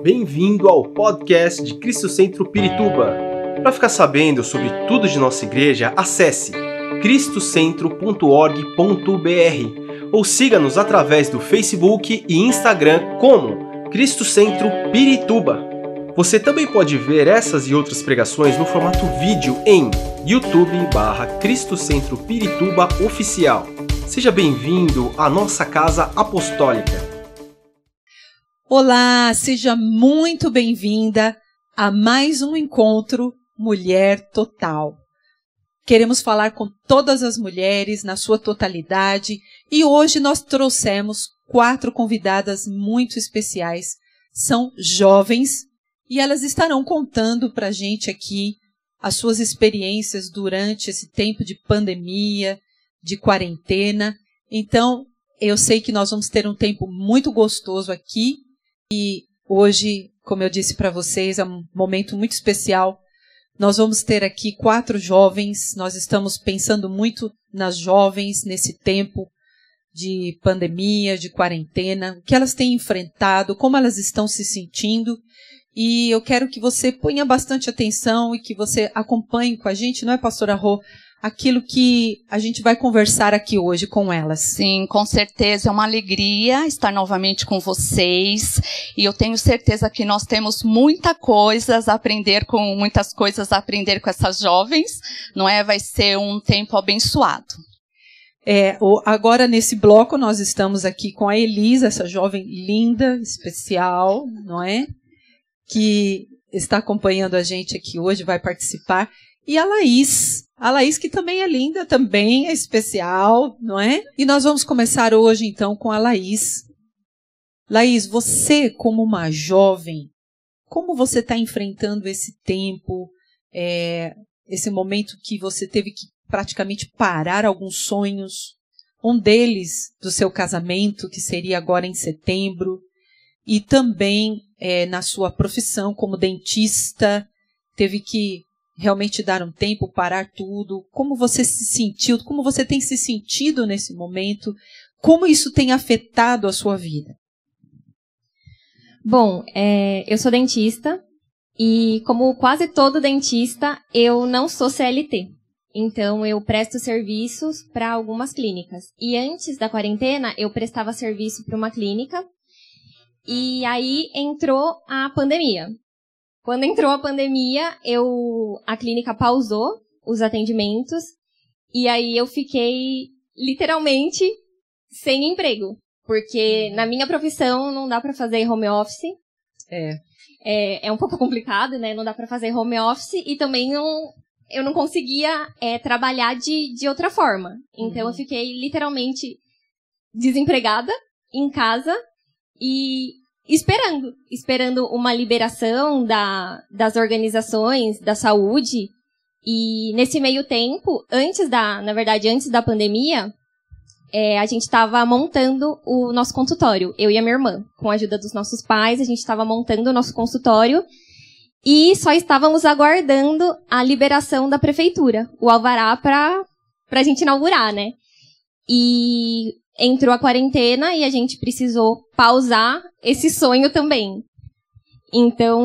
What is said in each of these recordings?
Bem-vindo ao podcast de Cristo Centro Pirituba. Para ficar sabendo sobre tudo de nossa igreja, acesse cristocentro.org.br ou siga-nos através do Facebook e Instagram como Cristo Centro Pirituba. Você também pode ver essas e outras pregações no formato vídeo em YouTube/Cristo Centro Pirituba Oficial. Seja bem-vindo à nossa casa apostólica. Olá, seja muito bem-vinda a mais um encontro Mulher Total. Queremos falar com todas as mulheres na sua totalidade e hoje nós trouxemos 4 convidadas muito especiais. São jovens e elas estarão contando para a gente aqui as suas experiências durante esse tempo de pandemia, de quarentena. Então, eu sei que nós vamos ter um tempo muito gostoso aqui. E hoje, como eu disse para vocês, é um momento muito especial. Nós vamos ter aqui 4 jovens. Nós estamos pensando muito nas jovens nesse tempo de pandemia, de quarentena, o que elas têm enfrentado, como elas estão se sentindo. E eu quero que você ponha bastante atenção e que você acompanhe com a gente, não é, pastora Rô? Aquilo que a gente vai conversar aqui hoje com elas. Sim, com certeza, é uma alegria estar novamente com vocês e eu tenho certeza que nós temos muitas coisas a aprender com essas jovens, não é? Vai ser um tempo abençoado. Agora nesse bloco nós estamos aqui com a Elisa, essa jovem linda, especial, não é? Que está acompanhando a gente aqui hoje, vai participar. E a Laís que também é linda, também é especial, não é? E nós vamos começar hoje, então, com a Laís. Laís, você como uma jovem, como você está enfrentando esse tempo, esse momento que você teve que praticamente parar alguns sonhos, um deles do seu casamento, que seria agora em setembro, e também na sua profissão como dentista, teve que realmente dar um tempo, parar tudo. Como você se sentiu, como você tem se sentido nesse momento, como isso tem afetado a sua vida? Bom, eu sou dentista e como quase todo dentista, eu não sou CLT. Então, eu presto serviços para algumas clínicas. E antes da quarentena, eu prestava serviço para uma clínica e aí entrou a pandemia. Quando entrou a pandemia, a clínica pausou os atendimentos e aí eu fiquei literalmente sem emprego. Porque na minha profissão não dá para fazer home office. É um pouco complicado, né? Não dá para fazer home office e também eu não conseguia trabalhar de outra forma. Então eu fiquei literalmente desempregada em casa e esperando uma liberação das organizações da saúde. E nesse meio tempo, antes da pandemia, a gente estava montando o nosso consultório, eu e a minha irmã. Com a ajuda dos nossos pais, a gente estava montando o nosso consultório e só estávamos aguardando a liberação da prefeitura, o alvará para a gente inaugurar, né? E entrou a quarentena e a gente precisou pausar esse sonho também. Então,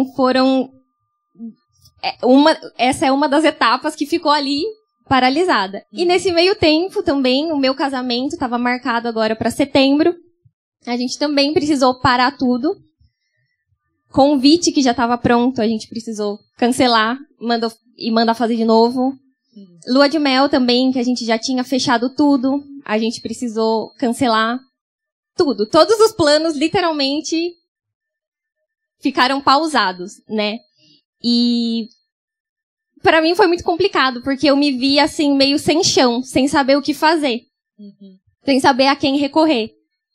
essa é uma das etapas que ficou ali paralisada. E nesse meio tempo também, o meu casamento estava marcado agora para setembro. A gente também precisou parar tudo. Convite que já estava pronto, a gente precisou cancelar e mandar fazer de novo. Lua de mel também, que a gente já tinha fechado tudo. A gente precisou cancelar tudo. Todos os planos, literalmente, ficaram pausados, né? E para mim foi muito complicado, porque eu me vi, assim, meio sem chão, sem saber o que fazer. Sem saber a quem recorrer.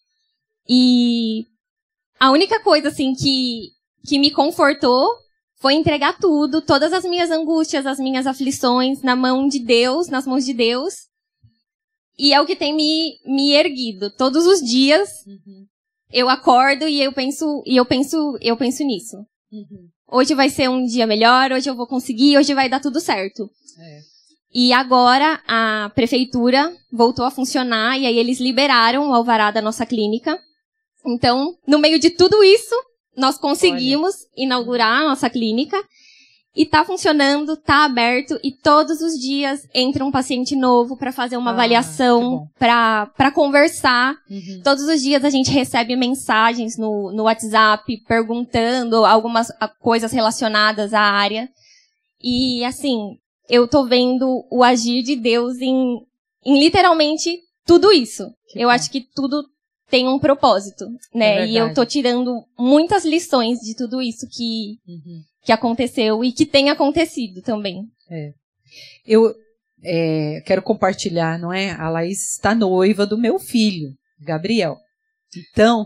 E a única coisa, assim, que me confortou foi entregar tudo, todas as minhas angústias, as minhas aflições, nas mãos de Deus. E é o que tem me erguido. Todos os dias eu acordo e eu penso nisso. Hoje vai ser um dia melhor, hoje eu vou conseguir, hoje vai dar tudo certo. E agora a prefeitura voltou a funcionar e aí eles liberaram o alvará da nossa clínica. Então, no meio de tudo isso, nós conseguimos inaugurar a nossa clínica e tá funcionando, tá aberto e todos os dias entra um paciente novo para fazer uma avaliação, para conversar. Todos os dias a gente recebe mensagens no WhatsApp perguntando algumas coisas relacionadas à área. E assim, eu tô vendo o agir de Deus em literalmente tudo isso. Eu acho que tudo tem um propósito, né? E eu tô tirando muitas lições de tudo isso que aconteceu e que tem acontecido também. Eu quero compartilhar, não é? A Laís está noiva do meu filho, Gabriel. Então,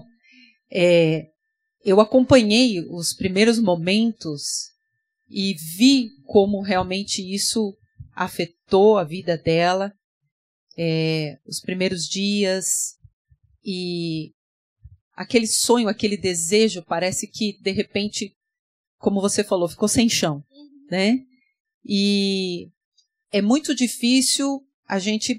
eu acompanhei os primeiros momentos e vi como realmente isso afetou a vida dela, os primeiros dias, e aquele sonho, aquele desejo, parece que, de repente, como você falou, ficou sem chão, né? E é muito difícil a gente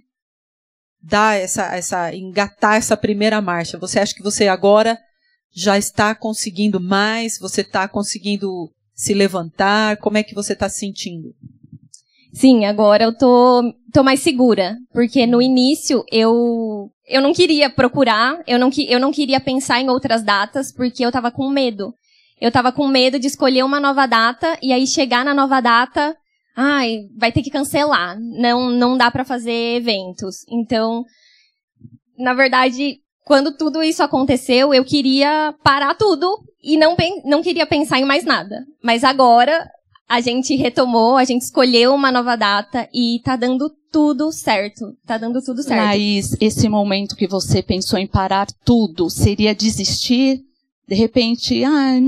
dar engatar essa primeira marcha. Você acha que você agora já está conseguindo mais? Você está conseguindo se levantar? Como é que você está se sentindo? Sim, agora eu tô mais segura, porque no início eu não queria procurar, eu não queria pensar em outras datas, porque eu tava com medo. Eu tava com medo de escolher uma nova data e aí chegar na nova data, vai ter que cancelar, não dá pra fazer eventos. Então, na verdade, quando tudo isso aconteceu, eu queria parar tudo e não queria pensar em mais nada. Mas agora a gente retomou, a gente escolheu uma nova data e tá dando tudo certo. Tá dando tudo certo. Laís, esse momento que você pensou em parar tudo, seria desistir? De repente,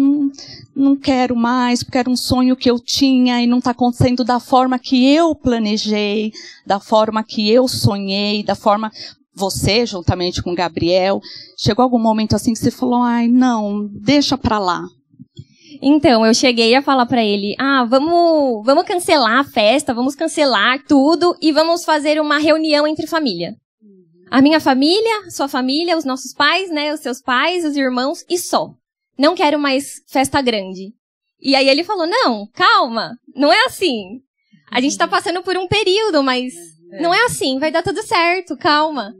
não quero mais, porque era um sonho que eu tinha e não está acontecendo da forma que eu planejei, da forma que eu sonhei, da forma... Você, juntamente com o Gabriel, chegou algum momento assim que você falou, não, deixa pra lá. Então, eu cheguei a falar pra ele, vamos cancelar a festa, vamos cancelar tudo e vamos fazer uma reunião entre família. A minha família, a sua família, os nossos pais, né, os seus pais, os irmãos e só. Não quero mais festa grande. E aí ele falou, não, calma, não é assim. A gente tá passando por um período, mas não é assim, vai dar tudo certo, calma.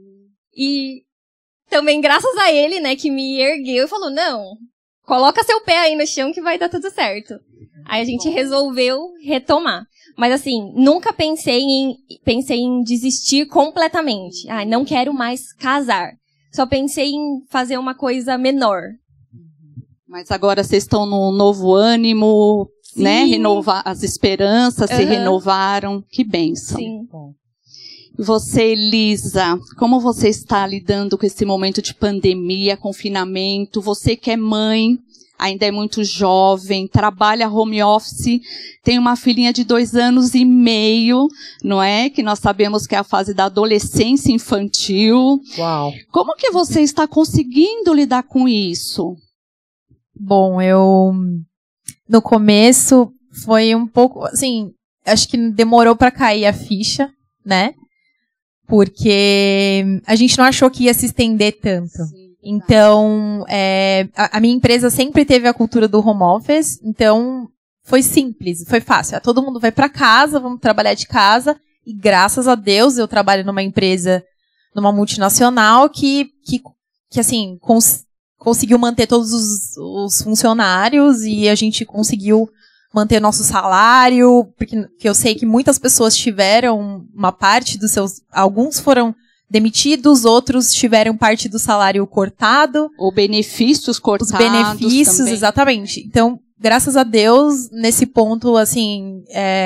E também graças a ele, né, que me ergueu e falou, não, coloca seu pé aí no chão que vai dar tudo certo. Aí a gente resolveu retomar. Mas assim, nunca pensei em desistir completamente. Não quero mais casar. Só pensei em fazer uma coisa menor. Mas agora vocês estão num novo ânimo, sim, né? Renovar as esperanças, se renovaram. Que bênção. Sim. Você, Elisa, como você está lidando com esse momento de pandemia, confinamento? Você que é mãe, ainda é muito jovem, trabalha home office, tem uma filhinha de 2 anos e meio, não é? Que nós sabemos que é a fase da adolescência infantil. Uau! Como que você está conseguindo lidar com isso? Bom, no começo foi um pouco, assim, acho que demorou para cair a ficha, né? Porque a gente não achou que ia se estender tanto. Sim. Então, a minha empresa sempre teve a cultura do home office, então foi simples, foi fácil. Todo mundo vai para casa, vamos trabalhar de casa, e graças a Deus eu trabalho numa empresa, numa multinacional que assim, conseguiu manter todos os funcionários e a gente conseguiu manter nosso salário, porque eu sei que muitas pessoas tiveram uma parte dos seus... Alguns foram demitidos, outros tiveram parte do salário cortado. Ou benefícios cortados. Os benefícios, também. Exatamente. Então, graças a Deus, nesse ponto, assim,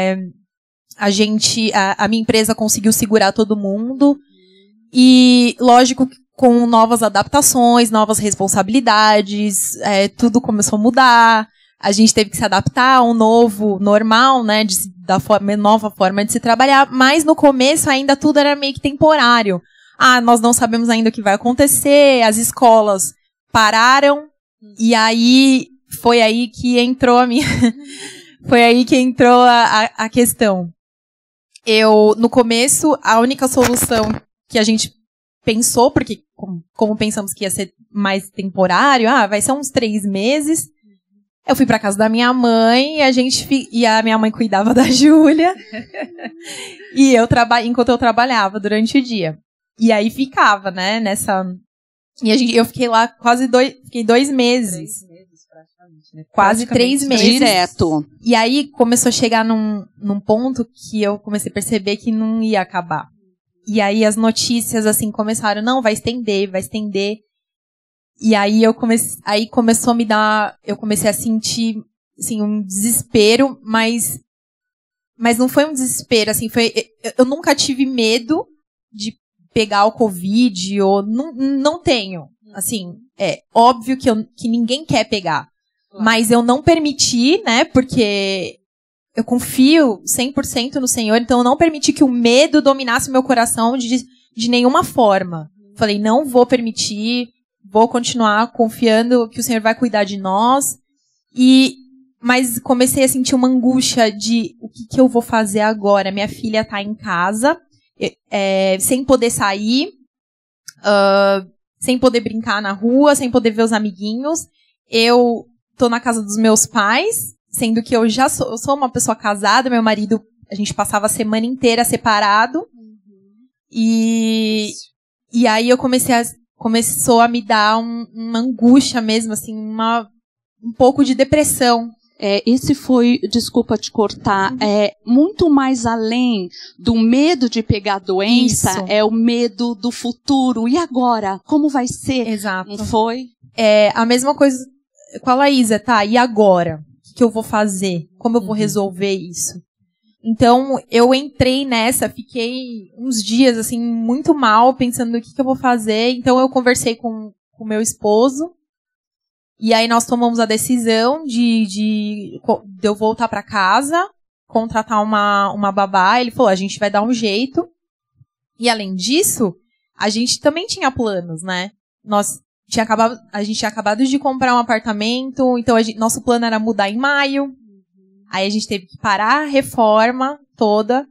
a minha empresa conseguiu segurar todo mundo. E, lógico, com novas adaptações, novas responsabilidades, tudo começou a mudar. A gente teve que se adaptar a um novo normal, né, nova forma de se trabalhar, mas no começo ainda tudo era meio que temporário. Nós não sabemos ainda o que vai acontecer, as escolas pararam, e aí foi aí que entrou a questão. No começo, a única solução que a gente pensou, porque como pensamos que ia ser mais temporário, vai ser uns 3 meses, Eu fui pra casa da minha mãe e a minha mãe cuidava da Júlia. E enquanto eu trabalhava durante o dia. E aí ficava, né, nessa... E eu fiquei lá fiquei 2 meses. 3 meses praticamente, né? Quase 3 meses. Direto. E aí começou a chegar num ponto que eu comecei a perceber que não ia acabar. E aí as notícias, assim, começaram, não, vai estender. E aí começou a me dar, eu comecei a sentir, assim, um desespero, mas não foi um desespero, assim, eu nunca tive medo de pegar o Covid, ou não tenho, assim, é óbvio que ninguém quer pegar, mas eu não permiti, né, porque eu confio 100% no Senhor, então eu não permiti que o medo dominasse meu coração de nenhuma forma. Falei, não vou permitir, vou continuar confiando que o Senhor vai cuidar de nós. Mas comecei a sentir uma angústia de o que eu vou fazer agora. Minha filha tá em casa, sem poder sair, sem poder brincar na rua, sem poder ver os amiguinhos. Eu tô na casa dos meus pais, sendo que eu sou uma pessoa casada, meu marido, a gente passava a semana inteira separado. E aí eu começou a me dar uma angústia mesmo, assim, um pouco de depressão. Esse foi, desculpa te cortar, muito mais além do medo de pegar a doença, Isso. É o medo do futuro. E agora? Como vai ser? Exato. Não foi? A mesma coisa com a Laísa, tá? E agora? O que eu vou fazer? Como eu vou resolver isso? Então, eu entrei nessa, fiquei uns dias, assim, muito mal, pensando no que eu vou fazer. Então, eu conversei com o meu esposo. E aí, nós tomamos a decisão de eu voltar pra casa, contratar uma babá. Ele falou, a gente vai dar um jeito. E, além disso, a gente também tinha planos, né? A gente tinha acabado de comprar um apartamento, então nosso plano era mudar em maio. Aí a gente teve que parar a reforma toda.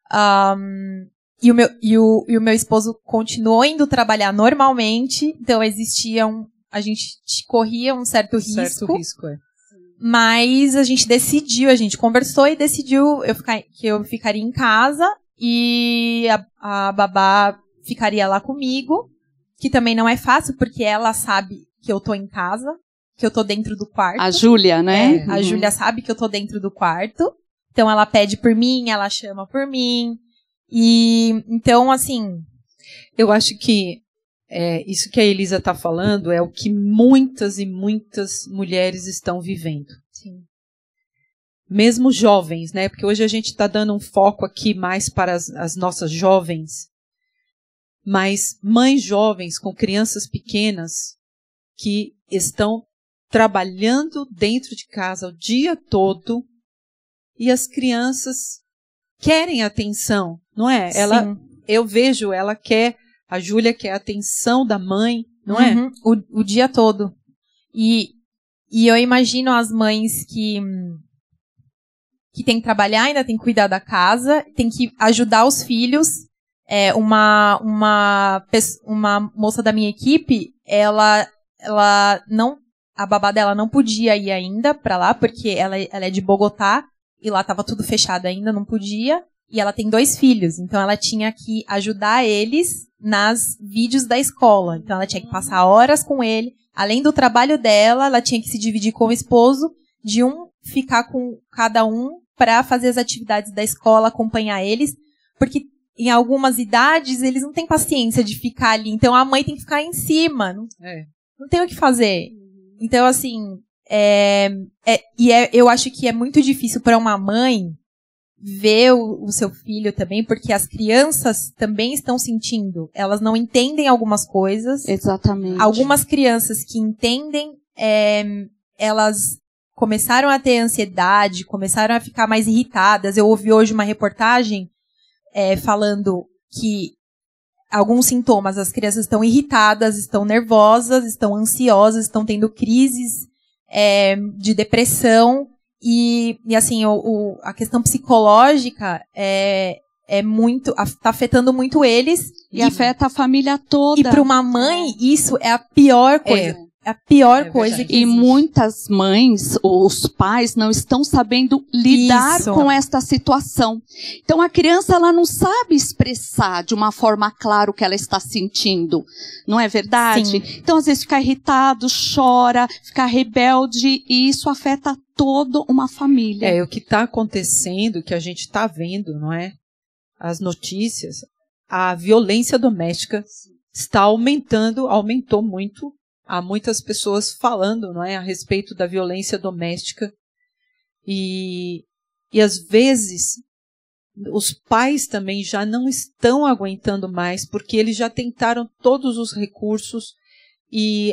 E o meu esposo continuou indo trabalhar normalmente. Então a gente corria um certo risco. Mas a gente conversou e decidiu que eu ficaria em casa e a babá ficaria lá comigo. Que também não é fácil, porque ela sabe que eu tô em casa. Que eu tô dentro do quarto. A Júlia, né? A Júlia sabe que eu tô dentro do quarto. Então, ela pede por mim, ela chama por mim. E, então, assim... Eu acho que isso que a Elisa está falando é o que muitas e muitas mulheres estão vivendo. Sim. Mesmo jovens, né? Porque hoje a gente está dando um foco aqui mais para as nossas jovens. Mas mães jovens com crianças pequenas que estão trabalhando dentro de casa o dia todo e as crianças querem atenção, não é? Eu vejo, a Júlia quer a atenção da mãe, não é? O dia todo. E eu imagino as mães que tem que trabalhar, ainda tem que cuidar da casa, tem que ajudar os filhos. Uma moça da minha equipe, a babá dela não podia ir ainda pra lá, porque ela é de Bogotá, e lá tava tudo fechado ainda, não podia, e ela tem 2 filhos, então ela tinha que ajudar eles nas vídeos da escola, então ela tinha que passar horas com ele, além do trabalho dela, ela tinha que se dividir com o esposo, ficar com cada um pra fazer as atividades da escola, acompanhar eles, porque em algumas idades, eles não têm paciência de ficar ali. Então, a mãe tem que ficar em cima. Não tem o que fazer. Então, assim, eu acho que é muito difícil para uma mãe ver o seu filho também, porque as crianças também estão sentindo. Elas não entendem algumas coisas. Exatamente. Algumas crianças que entendem, elas começaram a ter ansiedade, começaram a ficar mais irritadas. Eu ouvi hoje uma reportagem falando que alguns sintomas, as crianças estão irritadas, estão nervosas, estão ansiosas, estão tendo crises de depressão e assim, a questão psicológica tá afetando muito eles. E afeta a família toda. E para uma mãe, isso é a pior coisa. a pior coisa que E existe. muitas mães, os pais, não estão sabendo lidar Isso. com esta situação. Então, a criança, ela não sabe expressar de uma forma clara o que ela está sentindo. Não é verdade? Sim. Então, às vezes, fica irritado, chora, fica rebelde, e isso afeta toda uma família. O que está acontecendo, que a gente está vendo, não é? As notícias, a violência doméstica está aumentou muito. Há muitas pessoas falando, não é, a respeito da violência doméstica. E às vezes, os pais também já não estão aguentando mais, porque eles já tentaram todos os recursos e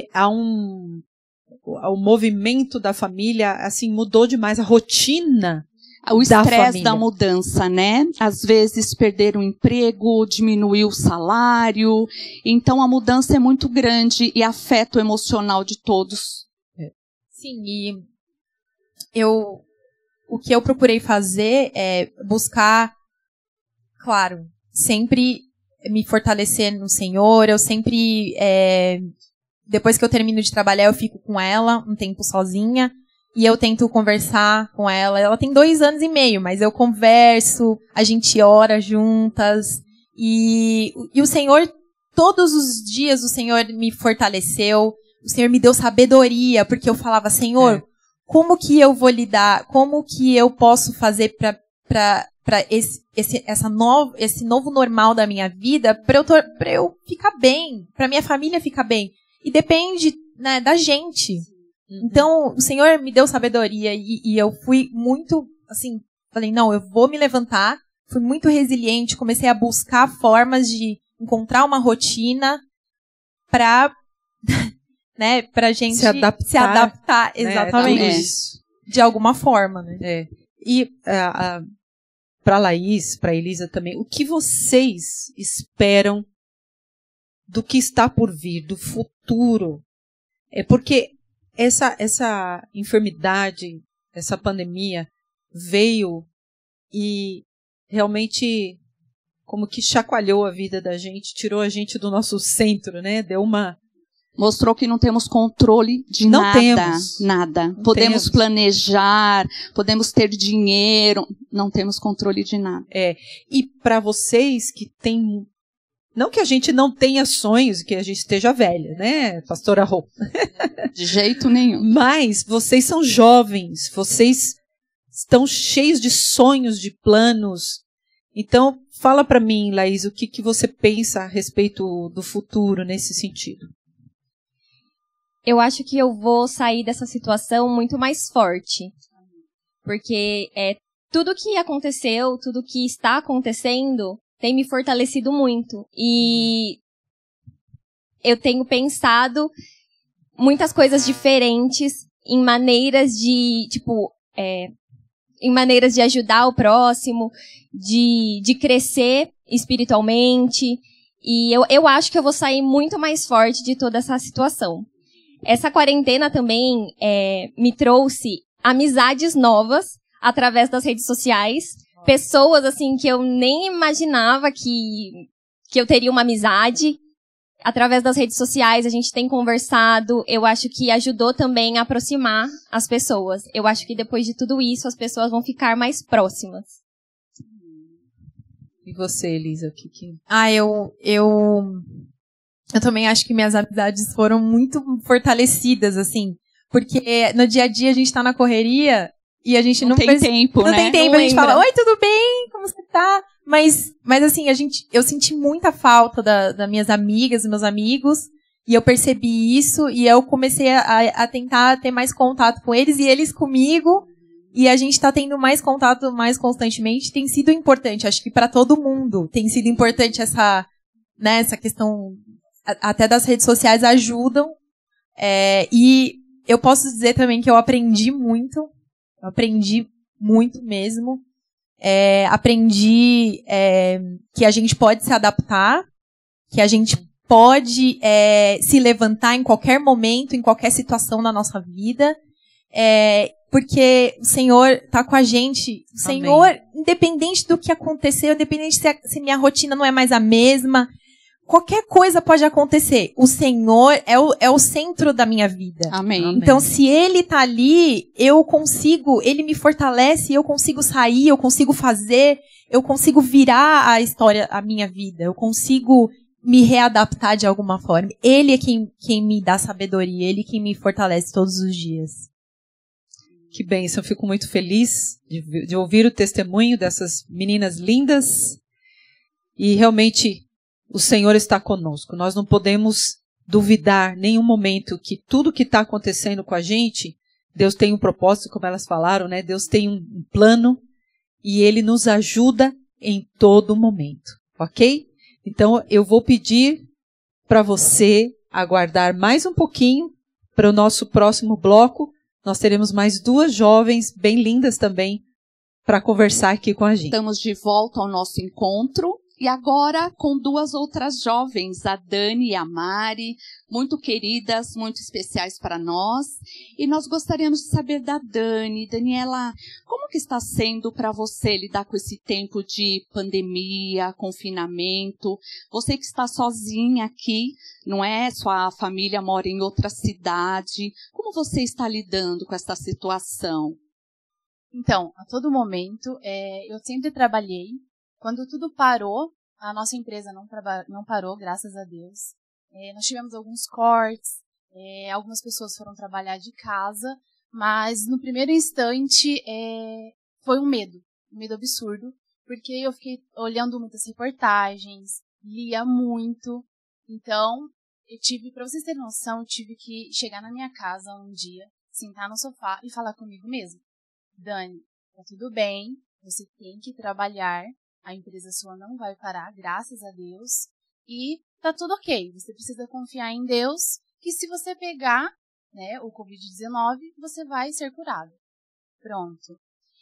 o movimento da família, assim, mudou demais a rotina. O estresse família. da mudança, né? Às vezes perder o emprego, diminuir o salário. Então a mudança é muito grande e afeta o emocional de todos. Sim, e o que eu procurei fazer é buscar, claro, sempre me fortalecer no Senhor. Eu sempre, depois que eu termino de trabalhar, eu fico com ela um tempo sozinha. E eu tento conversar com ela. Ela tem 2 anos e meio, mas eu converso, a gente ora juntas. E o Senhor, todos os dias, o Senhor me fortaleceu. O Senhor me deu sabedoria, porque eu falava, Senhor, como que eu vou lidar? Como que eu posso fazer para esse novo normal da minha vida, para eu ficar bem, para minha família ficar bem? E depende, né, da gente. Então, o Senhor me deu sabedoria e eu fui muito, assim, falei, não, eu vou me levantar, fui muito resiliente, comecei a buscar formas de encontrar uma rotina pra gente Se adaptar, exatamente, isso. de alguma forma, né? E para a Laís, para a Elisa também, o que vocês esperam do que está por vir, do futuro? Porque essa enfermidade, essa pandemia veio e realmente como que chacoalhou a vida da gente, tirou a gente do nosso centro, né? Mostrou que não temos controle de Não nada. temos. Nada. Não Podemos temos. planejar, podemos ter dinheiro, não temos controle de nada. E para vocês que têm... Não que a gente não tenha sonhos, que a gente esteja velha, né, pastora Rô? De jeito nenhum. Mas vocês são jovens, vocês estão cheios de sonhos, de planos. Então, fala para mim, Laís, o que você pensa a respeito do futuro nesse sentido? Eu acho que eu vou sair dessa situação muito mais forte. Porque tudo que aconteceu, tudo que está acontecendo, tem me fortalecido muito. E eu tenho pensado muitas coisas diferentes em maneiras de, em maneiras de ajudar o próximo, de crescer espiritualmente. E eu acho que eu vou sair muito mais forte de toda essa situação. Essa quarentena também me trouxe amizades novas através das redes sociais. Pessoas, assim, que eu nem imaginava que eu teria uma amizade. Através das redes sociais, a gente tem conversado. Eu acho que ajudou também a aproximar as pessoas. Eu acho que depois de tudo isso, as pessoas vão ficar mais próximas. E você, Elisa? Eu também acho que minhas amizades foram muito fortalecidas, assim. Porque no dia a dia a gente tá na correria e a gente não tem tempo, não né? tem tempo, Não a gente lembra. fala, oi, tudo bem? Como você tá? Mas assim, eu senti muita falta das minhas amigas e meus amigos, e eu percebi isso, e eu comecei a tentar ter mais contato com eles, e eles comigo, e a gente tá tendo mais contato mais constantemente. Tem sido importante, acho que para todo mundo tem sido importante essa questão, até das redes sociais ajudam, e eu posso dizer também que eu aprendi muito mesmo. Aprendi que a gente pode se adaptar, que a gente pode se levantar em qualquer momento, em qualquer situação da nossa vida, porque o Senhor está com a gente. O Senhor, independente do que aconteceu, independente se minha rotina não é mais a mesma, qualquer coisa pode acontecer. O Senhor é o centro da minha vida. Amém. Então, se Ele tá ali, Ele me fortalece, eu consigo sair, eu consigo fazer, eu consigo virar a história, a minha vida, eu consigo me readaptar de alguma forma. Ele é quem me dá sabedoria, Ele quem me fortalece todos os dias. Que bênção, eu fico muito feliz de ouvir o testemunho dessas meninas lindas. E realmente o Senhor está conosco. Nós não podemos duvidar em nenhum momento que tudo que está acontecendo com a gente, Deus tem um propósito, como elas falaram, né? Deus tem um plano e Ele nos ajuda em todo momento, ok? Então eu vou pedir para você aguardar mais um pouquinho para o nosso próximo bloco. Nós teremos mais 2 jovens bem lindas também para conversar aqui com a gente. Estamos de volta ao nosso encontro. E agora com 2 outras jovens, a Dani e a Mari, muito queridas, muito especiais para nós. E nós gostaríamos de saber da Dani. Daniela, como que está sendo para você lidar com esse tempo de pandemia, confinamento? Você que está sozinha aqui, não é? Sua família mora em outra cidade. Como você está lidando com essa situação? Então, a todo momento, eu sempre trabalhei. Quando tudo parou, a nossa empresa não parou, graças a Deus. Nós tivemos alguns cortes, algumas pessoas foram trabalhar de casa, mas no primeiro instante foi um medo absurdo, porque eu fiquei olhando muitas reportagens, lia muito. Então, para vocês terem noção, eu tive que chegar na minha casa um dia, sentar no sofá e falar comigo mesmo. Dani, tá tudo bem, você tem que trabalhar. A empresa sua não vai parar, graças a Deus. E tá tudo ok. Você precisa confiar em Deus, que se você pegar, né, o Covid-19, você vai ser curado. Pronto.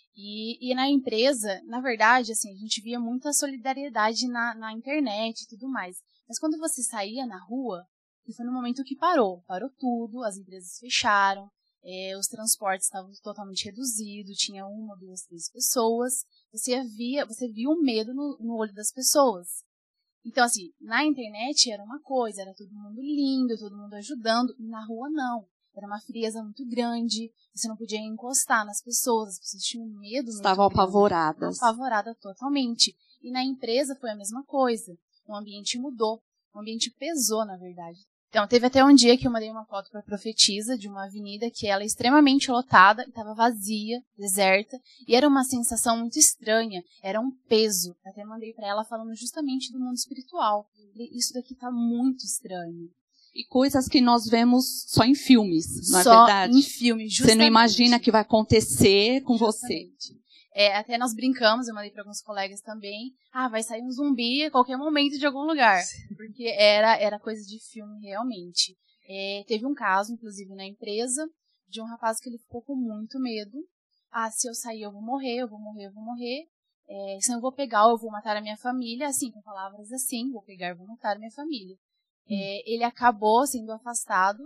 E na empresa, na verdade, assim, a gente via muita solidariedade na internet e tudo mais. Mas quando você saía na rua, e foi no momento que parou tudo, as empresas fecharam, os transportes estavam totalmente reduzidos, tinha 1, 2, 3 pessoas. Você via o medo no olho das pessoas. Então, assim, na internet era uma coisa, era todo mundo lindo, todo mundo ajudando, e na rua não. Era uma frieza muito grande, você não podia encostar nas pessoas, as pessoas tinham medo. Estavam apavoradas. Apavorada totalmente. E na empresa foi a mesma coisa. O ambiente mudou, o ambiente pesou, na verdade. Então, teve até um dia que eu mandei uma foto para a profetisa de uma avenida que ela é extremamente lotada e estava vazia, deserta, e era uma sensação muito estranha, era um peso. Até mandei para ela falando justamente do mundo espiritual. Isso daqui está muito estranho. E coisas que nós vemos só em filmes, não é só verdade? Só em filmes, justamente. Você não imagina que vai acontecer com você. Até nós brincamos, eu mandei para alguns colegas também. Vai sair um zumbi a qualquer momento de algum lugar. Porque era coisa de filme, realmente. Teve um caso, inclusive, na empresa, de um rapaz que ele ficou com muito medo. Se eu sair eu vou morrer, eu vou morrer, eu vou morrer. Se eu vou pegar, eu vou matar a minha família. Assim, com palavras assim, vou pegar, eu vou matar a minha família. Ele acabou sendo afastado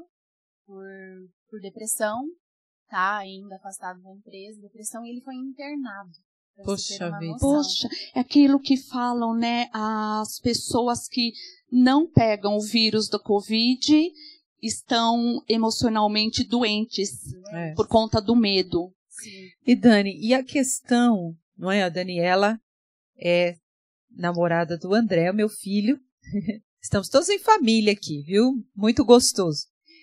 por depressão. Tá ainda afastado da empresa, depressão, e ele foi internado. Poxa vida. Poxa, é aquilo que falam, né? As pessoas que não pegam o vírus do Covid estão emocionalmente doentes por conta do medo. Sim. E Dani, e a questão, não é? A Daniela é namorada do André, o meu filho. Estamos todos em família aqui, viu? Muito gostoso.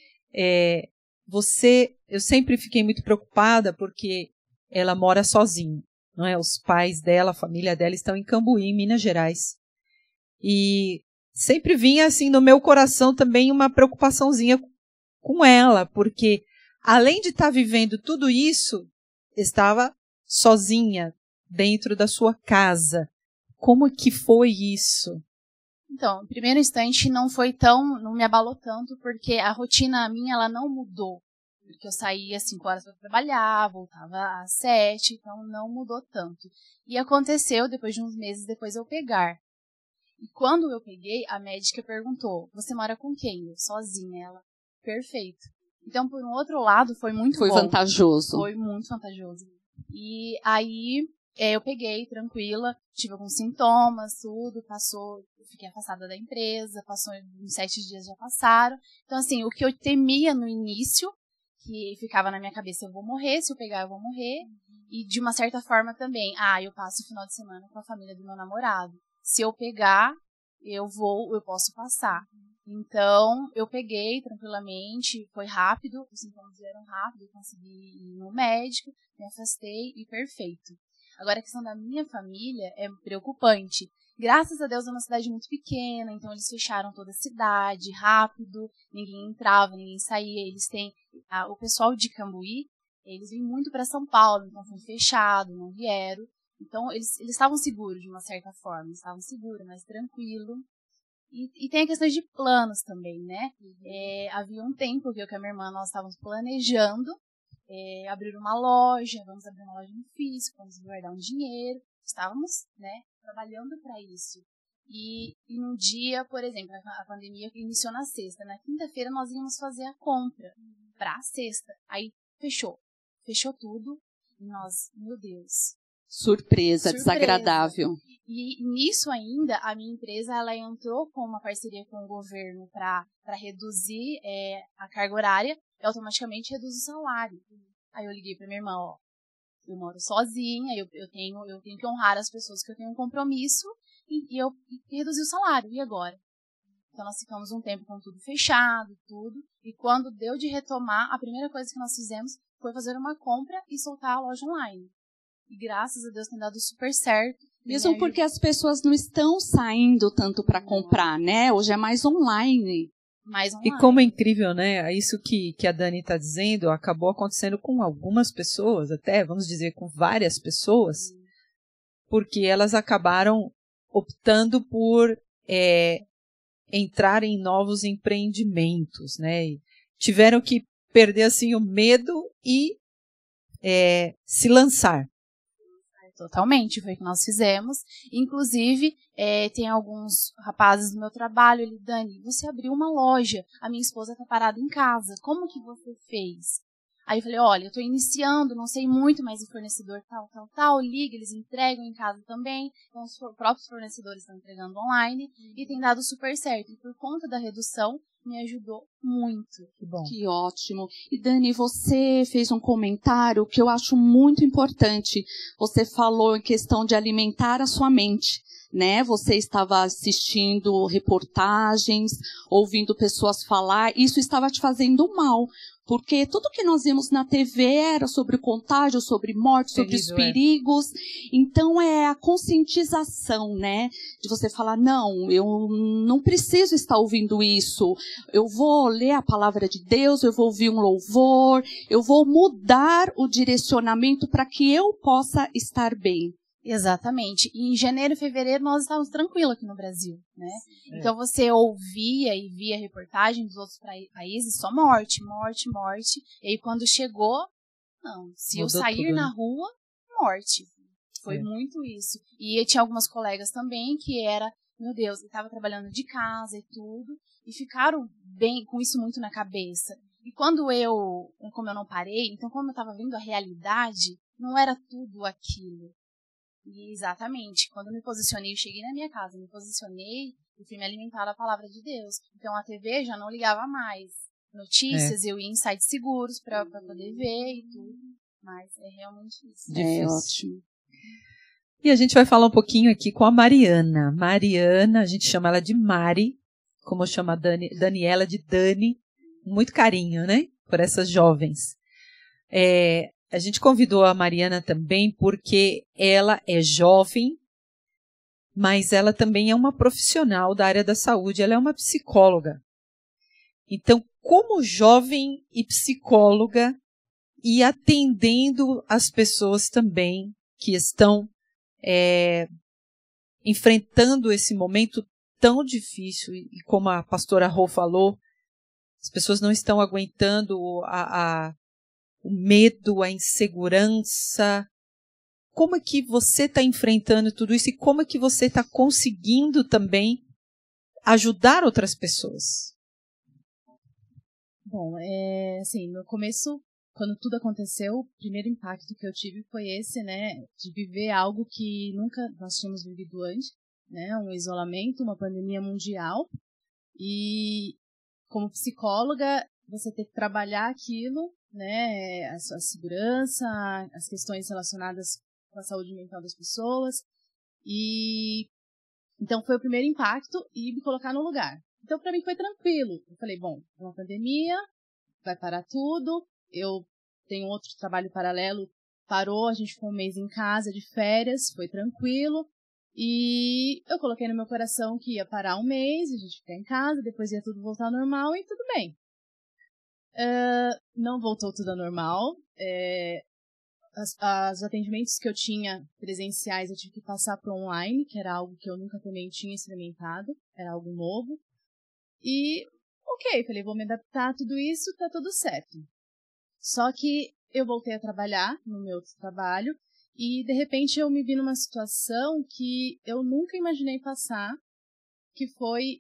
Eu sempre fiquei muito preocupada porque ela mora sozinha, não é? Os pais dela, a família dela estão em Cambuí, Minas Gerais. E sempre vinha assim no meu coração também uma preocupaçãozinha com ela, porque além de estar vivendo tudo isso, estava sozinha dentro da sua casa. Como que foi isso? Então, no primeiro instante não me abalou tanto, porque a rotina minha, ela não mudou. Porque eu saía às 5 horas para trabalhar, voltava às 7, então não mudou tanto. E aconteceu, depois de uns meses depois, eu pegar. E quando eu peguei, a médica perguntou, você mora com quem? Eu, sozinha. Ela, perfeito. Então, por um outro lado, foi muito bom. Foi vantajoso. Foi muito vantajoso. E aí, eu peguei, tranquila, tive alguns sintomas, tudo, passou, eu fiquei afastada da empresa, passou uns 7 dias, já passaram. Então, assim, o que eu temia no início, que ficava na minha cabeça, eu vou morrer, se eu pegar eu vou morrer. E de uma certa forma também, eu passo o final de semana com a família do meu namorado. Se eu pegar, eu posso passar. Então, eu peguei tranquilamente, foi rápido, os sintomas vieram rápido, eu consegui ir no médico, me afastei e perfeito. Agora, a questão da minha família é preocupante. Graças a Deus é uma cidade muito pequena, então eles fecharam toda a cidade, rápido, ninguém entrava, ninguém saía. Eles têm, o pessoal de Cambuí, eles vêm muito para São Paulo, então foi fechado, não vieram. Então, eles estavam seguros de uma certa forma, estavam seguros, mais tranquilo. E tem a questão de planos também, né? Havia um tempo que eu e a minha irmã, nós estávamos planejando abrir uma loja, vamos abrir uma loja no físico, vamos guardar um dinheiro. Estávamos, né, trabalhando para isso. E num dia, por exemplo, a pandemia iniciou na sexta. Na quinta-feira nós íamos fazer a compra para a sexta. Aí fechou tudo. E nós, meu Deus. Surpresa, desagradável. E nisso ainda, a minha empresa ela entrou com uma parceria com o governo para reduzir a carga horária e automaticamente reduz o salário. Aí eu liguei para minha irmã, eu moro sozinha, eu tenho que honrar as pessoas que eu tenho um compromisso e eu reduzi o salário, e agora? Então nós ficamos um tempo com tudo fechado, tudo, e quando deu de retomar, a primeira coisa que nós fizemos foi fazer uma compra e soltar a loja online. E graças a Deus tem dado super certo. Mesmo porque as pessoas não estão saindo tanto para comprar, né? Hoje é mais online. E como é incrível, né? Isso que a Dani está dizendo acabou acontecendo com algumas pessoas, até, vamos dizer, com várias pessoas, porque elas acabaram optando por entrar em novos empreendimentos, né? E tiveram que perder, assim, o medo e se lançar. Totalmente, foi o que nós fizemos. Inclusive, tem alguns rapazes do meu trabalho, Dani, você abriu uma loja, a minha esposa está parada em casa, como que você fez? Aí eu falei, olha, eu estou iniciando, não sei muito, mas o fornecedor tal, liga, eles entregam em casa também, então os próprios fornecedores estão entregando online, e tem dado super certo. E por conta da redução, me ajudou muito. Que bom. Que ótimo. E Dani, você fez um comentário que eu acho muito importante. Você falou em questão de alimentar a sua mente, né? Você estava assistindo reportagens, ouvindo pessoas falar, isso estava te fazendo mal. Porque tudo que nós vimos na TV era sobre o contágio, sobre morte, sobre os perigos. Então, é a conscientização, né? De você falar, não, eu não preciso estar ouvindo isso. Eu vou ler a palavra de Deus, eu vou ouvir um louvor, eu vou mudar o direcionamento para que eu possa estar bem. Exatamente. E em janeiro e fevereiro nós estávamos tranquilos aqui no Brasil, né? Então você ouvia e via reportagem dos outros países, só morte. E aí quando chegou, não, se eu sair tudo, na rua, morte. Foi muito isso. E tinha algumas colegas também que meu Deus, eu estava trabalhando de casa e tudo, e ficaram bem com isso muito na cabeça. E como eu não parei, então como eu estava vendo a realidade, não era tudo aquilo. E exatamente, quando eu me posicionei, eu cheguei na minha casa, me posicionei e fui me alimentar da palavra de Deus. Então a TV já não ligava mais. Notícias, eu ia em sites seguros para poder ver e tudo. Mas é realmente isso. É ótimo. E a gente vai falar um pouquinho aqui com a Mariana. Mariana, a gente chama ela de Mari, como chama a Daniela de Dani. Muito carinho, né? Por essas jovens. A gente convidou a Mariana também porque ela é jovem, mas ela também é uma profissional da área da saúde, ela é uma psicóloga. Então, como jovem e psicóloga, e atendendo as pessoas também que estão enfrentando esse momento tão difícil, e como a pastora Rô falou, as pessoas não estão aguentando o medo, a insegurança. Como é que você está enfrentando tudo isso e como é que você está conseguindo também ajudar outras pessoas? Bom, assim, no começo, quando tudo aconteceu, o primeiro impacto que eu tive foi esse, né, de viver algo que nunca nós tínhamos vivido antes, né, um isolamento, uma pandemia mundial, e como psicóloga, você ter que trabalhar aquilo, né, a sua segurança, as questões relacionadas com a saúde mental das pessoas, e então foi o primeiro impacto e me colocar no lugar. Então para mim foi tranquilo. Eu falei, bom, é uma pandemia, vai parar tudo, eu tenho outro trabalho paralelo, parou, a gente ficou um mês em casa de férias, foi tranquilo, e eu coloquei no meu coração que ia parar um mês, a gente ficar em casa, depois ia tudo voltar ao normal e tudo bem. Não voltou tudo ao normal, os atendimentos que eu tinha presenciais eu tive que passar para online, que era algo que eu nunca também tinha experimentado, era algo novo. E, ok, falei, vou me adaptar a tudo isso, tá tudo certo. Só que eu voltei a trabalhar no meu outro trabalho e, de repente, eu me vi numa situação que eu nunca imaginei passar, que foi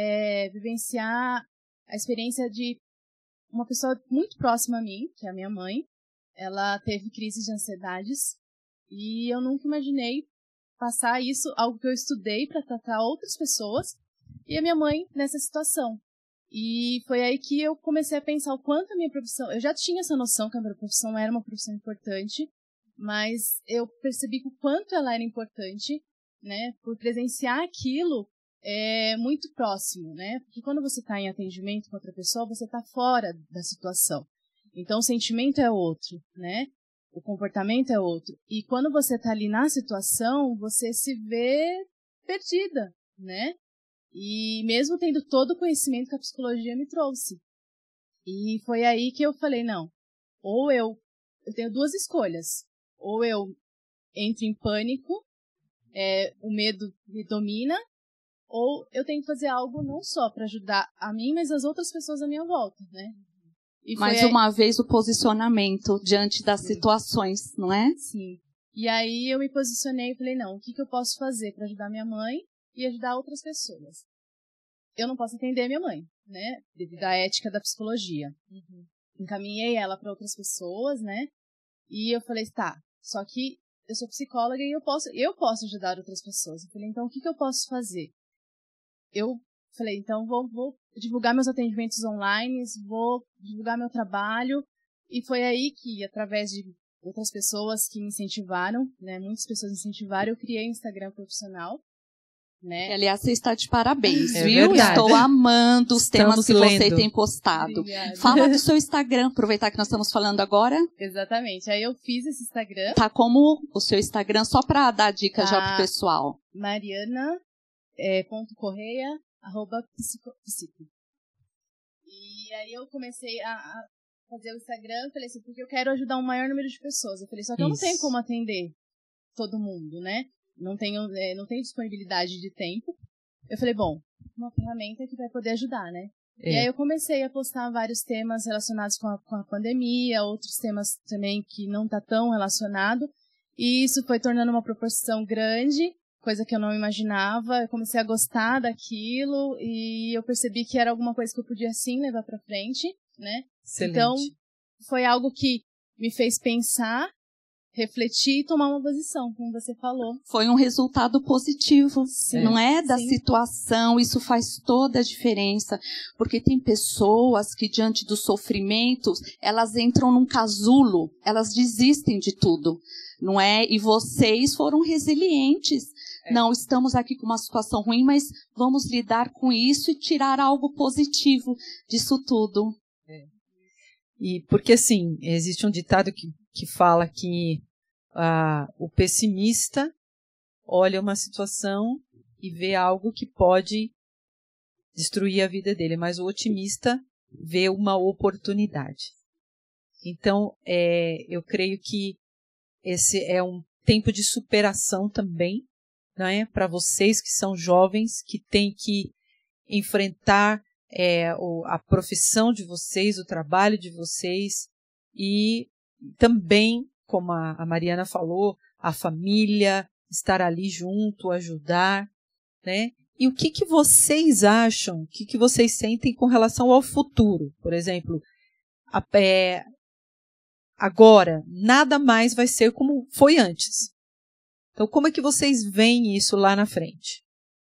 vivenciar a experiência de uma pessoa muito próxima a mim, que é a minha mãe. Ela teve crises de ansiedades e eu nunca imaginei passar isso, algo que eu estudei para tratar outras pessoas, e a minha mãe nessa situação. E foi aí que eu comecei a pensar o quanto a minha profissão... Eu já tinha essa noção que a minha profissão era uma profissão importante, mas eu percebi o quanto ela era importante, né, por presenciar aquilo muito próximo, né? Porque quando você está em atendimento com outra pessoa, você está fora da situação. Então, o sentimento é outro, né? O comportamento é outro. E quando você está ali na situação, você se vê perdida, né? E mesmo tendo todo o conhecimento que a psicologia me trouxe. E foi aí que eu falei, não, ou eu tenho duas escolhas. Ou eu entro em pânico, o medo me domina, ou eu tenho que fazer algo não só para ajudar a mim, mas as outras pessoas à minha volta, né? E mais uma vez o posicionamento diante das situações, não é? Sim. E aí eu me posicionei e falei, não, o que eu posso fazer para ajudar minha mãe e ajudar outras pessoas? Eu não posso atender minha mãe, né? Devido à ética da psicologia. Encaminhei ela para outras pessoas, né? E eu falei, tá, só que eu sou psicóloga e eu posso ajudar outras pessoas. Eu falei, então o que eu posso fazer? Eu falei, então vou divulgar meus atendimentos online, vou divulgar meu trabalho. E foi aí que, através de outras pessoas que me incentivaram, né, muitas pessoas me incentivaram, eu criei um Instagram profissional. Né? E, aliás, você está de parabéns, viu? Verdade. Estou amando os temas que você lendo. tem postado. Obrigada. Fala do seu Instagram, aproveitar que nós estamos falando agora. Exatamente. Aí eu fiz esse Instagram. Tá como o seu Instagram, só para dar dica já pro pessoal. Mariana.correia@psico. E aí eu comecei a fazer o Instagram, falei assim, porque eu quero ajudar um maior número de pessoas. Eu falei, só que eu não tenho como atender todo mundo, né? Não tenho disponibilidade de tempo. Eu falei, bom, uma ferramenta que vai poder ajudar, né? E aí eu comecei a postar vários temas relacionados com a pandemia, outros temas também que não tá tão relacionado. E isso foi tornando uma proporção grande, coisa que eu não imaginava. Eu comecei a gostar daquilo e eu percebi que era alguma coisa que eu podia sim levar para frente, né? Excelente. Então, foi algo que me fez pensar, refletir e tomar uma posição, como você falou. Foi um resultado positivo, não é? Da Sim. situação, isso faz toda a diferença, porque tem pessoas que diante dos sofrimentos, elas entram num casulo, elas desistem de tudo, não é? E vocês foram resilientes. Não, estamos aqui com uma situação ruim, mas vamos lidar com isso e tirar algo positivo disso tudo. E porque, assim, existe um ditado que fala que o pessimista olha uma situação e vê algo que pode destruir a vida dele, mas o otimista vê uma oportunidade. Então, eu creio que esse é um tempo de superação também, não é? Para vocês que são jovens, que têm que enfrentar a profissão de vocês, o trabalho de vocês e também, como a Mariana falou, a família, estar ali junto, ajudar, né? E o que vocês acham, o que vocês sentem com relação ao futuro? Por exemplo, agora, nada mais vai ser como foi antes. Então, como é que vocês veem isso lá na frente?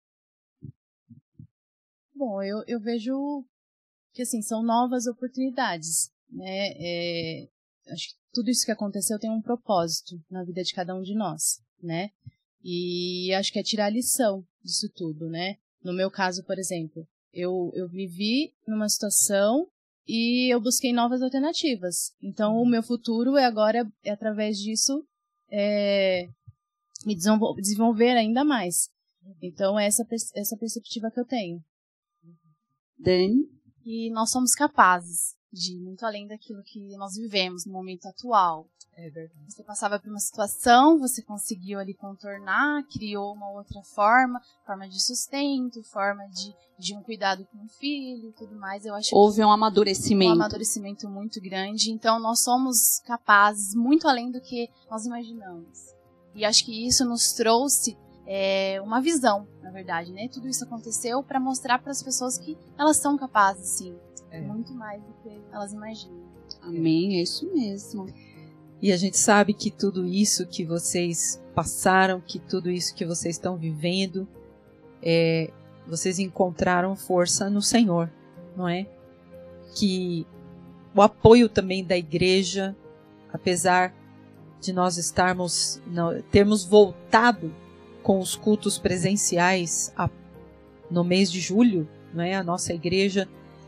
Bom, eu vejo que, assim, são novas oportunidades, né? Acho que tudo isso que aconteceu tem um propósito na vida de cada um de nós, né? E acho que é tirar a lição disso tudo, né? No meu caso, por exemplo, eu vivi numa situação e eu busquei novas alternativas. Então, o meu futuro agora, através disso, me desenvolver ainda mais. Então, é essa perspectiva que eu tenho. Dani? E nós somos capazes de ir muito além daquilo que nós vivemos no momento atual. É verdade. Você passava por uma situação, você conseguiu ali contornar, criou uma outra forma de sustento, forma de um cuidado com o filho e tudo mais. Eu acho Houve um amadurecimento. Um amadurecimento muito grande. Então, nós somos capazes muito além do que nós imaginamos. E acho que isso nos trouxe uma visão, na verdade, né? Tudo isso aconteceu para mostrar para as pessoas que elas são capazes, sim. Muito mais do que elas imaginam. Amém, é isso mesmo. E a gente sabe que tudo isso que vocês passaram, que tudo isso que vocês estão vivendo, vocês encontraram força no Senhor, não é? Que o apoio também da igreja, apesar de nós termos voltado com os cultos presenciais no mês de julho, não é? A nossa igreja,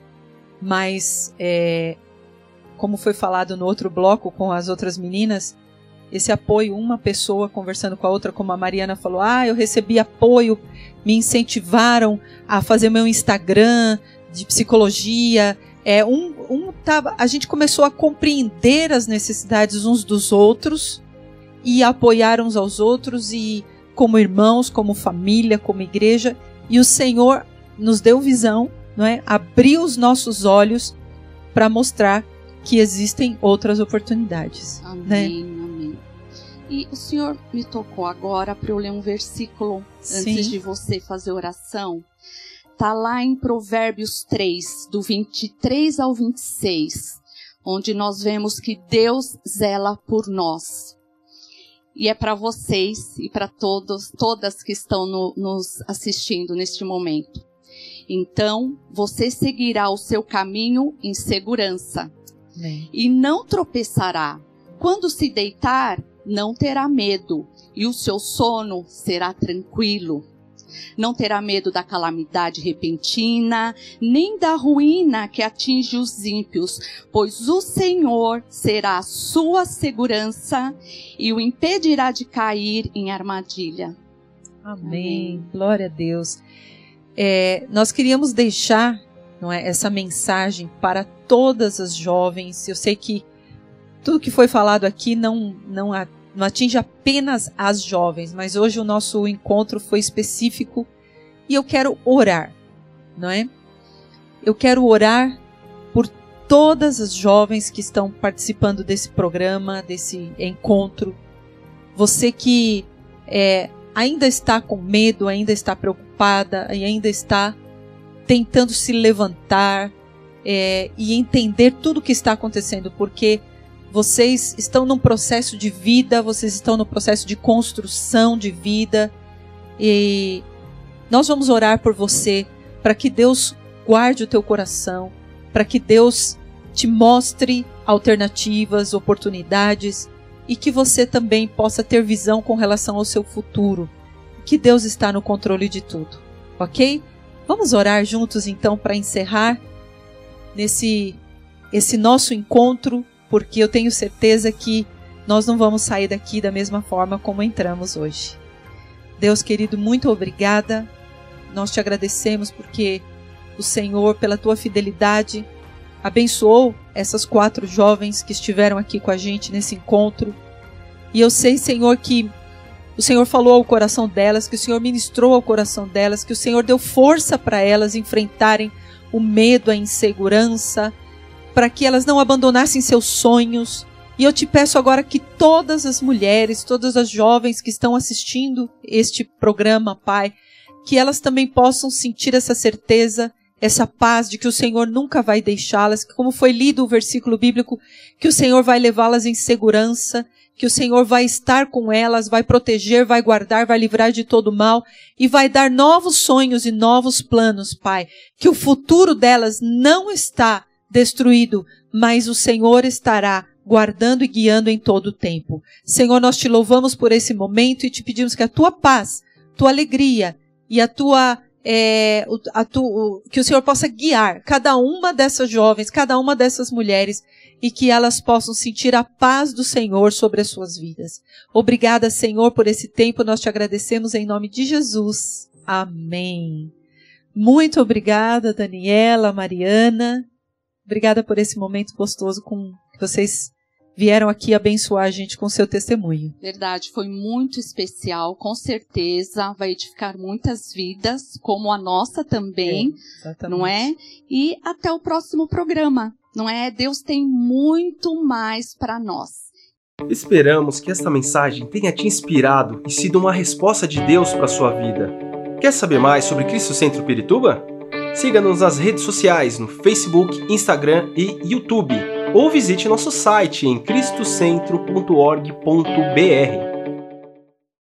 mas como foi falado no outro bloco com as outras meninas, esse apoio, uma pessoa conversando com a outra, como a Mariana falou, eu recebi apoio, me incentivaram a fazer meu Instagram de psicologia, a gente começou a compreender as necessidades uns dos outros e apoiar uns aos outros, e como irmãos, como família, como igreja, e o Senhor nos deu visão, não é? Abriu os nossos olhos para mostrar que existem outras oportunidades. Amém, né? amém. E o Senhor me tocou agora para eu ler um versículo Sim. antes de você fazer oração. Está lá em Provérbios 3, do 23 ao 26, onde nós vemos que Deus zela por nós. E é para vocês e para todas que estão nos assistindo neste momento. Então, você seguirá o seu caminho em segurança. Amém. E não tropeçará. Quando se deitar, não terá medo, e o seu sono será tranquilo. Não terá medo da calamidade repentina, nem da ruína que atinge os ímpios, pois o Senhor será a sua segurança e o impedirá de cair em armadilha. Amém. Glória a Deus. Nós queríamos deixar, não é, essa mensagem para todas as jovens. Eu sei que tudo que foi falado aqui não atinge apenas as jovens, mas hoje o nosso encontro foi específico e eu quero orar, não é? Eu quero orar por todas as jovens que estão participando desse programa, desse encontro. Você que ainda está com medo, ainda está preocupada e ainda está tentando se levantar e entender tudo o que está acontecendo, porque vocês estão num processo de vida, vocês estão no processo de construção de vida, e nós vamos orar por você, para que Deus guarde o teu coração, para que Deus te mostre alternativas, oportunidades, e que você também possa ter visão com relação ao seu futuro, que Deus está no controle de tudo, ok? Vamos orar juntos então para encerrar esse nosso encontro, porque eu tenho certeza que nós não vamos sair daqui da mesma forma como entramos hoje. Deus querido, muito obrigada. Nós te agradecemos porque o Senhor, pela tua fidelidade, abençoou essas 4 jovens que estiveram aqui com a gente nesse encontro. E eu sei, Senhor, que o Senhor falou ao coração delas, que o Senhor ministrou ao coração delas, que o Senhor deu força para elas enfrentarem o medo, a insegurança, para que elas não abandonassem seus sonhos. E eu te peço agora que todas as mulheres, todas as jovens que estão assistindo este programa, Pai, que elas também possam sentir essa certeza, essa paz de que o Senhor nunca vai deixá-las, como foi lido o versículo bíblico, que o Senhor vai levá-las em segurança, que o Senhor vai estar com elas, vai proteger, vai guardar, vai livrar de todo mal e vai dar novos sonhos e novos planos, Pai. Que o futuro delas não está destruído, mas o Senhor estará guardando e guiando em todo o tempo. Senhor, nós te louvamos por esse momento e te pedimos que a tua paz, tua alegria e que o Senhor possa guiar cada uma dessas jovens, cada uma dessas mulheres, e que elas possam sentir a paz do Senhor sobre as suas vidas. Obrigada, Senhor, por esse tempo. Nós te agradecemos em nome de Jesus. Amém. Muito obrigada, Daniela, Mariana. Obrigada por esse momento gostoso que vocês vieram aqui abençoar a gente com seu testemunho. Verdade, foi muito especial, com certeza vai edificar muitas vidas, como a nossa também, não é? E até o próximo programa, não é? Deus tem muito mais para nós. Esperamos que esta mensagem tenha te inspirado e sido uma resposta de Deus para a sua vida. Quer saber mais sobre Cristo Centro Pirituba? Siga-nos nas redes sociais no Facebook, Instagram e YouTube. Ou visite nosso site em cristocentro.org.br.